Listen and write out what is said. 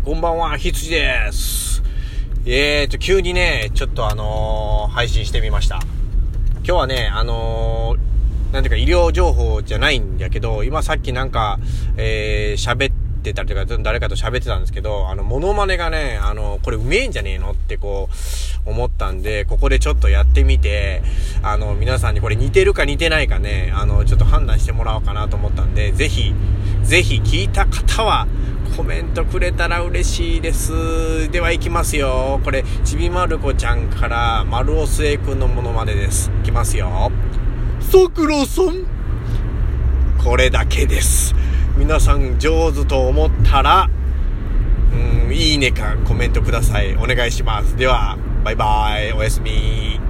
こんばんは、羊です。急にね、ちょっと配信してみました。今日はね、なんていうか医療情報じゃないんだけど、今さっき喋ってたりとか、誰かと喋ってたんですけど、モノマネがね、これうめえんじゃねえのって思ったんで、ここでちょっとやってみて、皆さんにこれ似てるか似てないかね、ちょっと判断してもらおうかなと思ったんで、ぜひ聞いた方は、コメントくれたら嬉しいです。では行きますよ。これちびまる子ちゃんから丸尾末くんのモノマネです。行きますよ。さくらさん、これだけです。皆さん上手と思ったらいいねかコメントください。お願いします。ではバイバイ、おやすみ。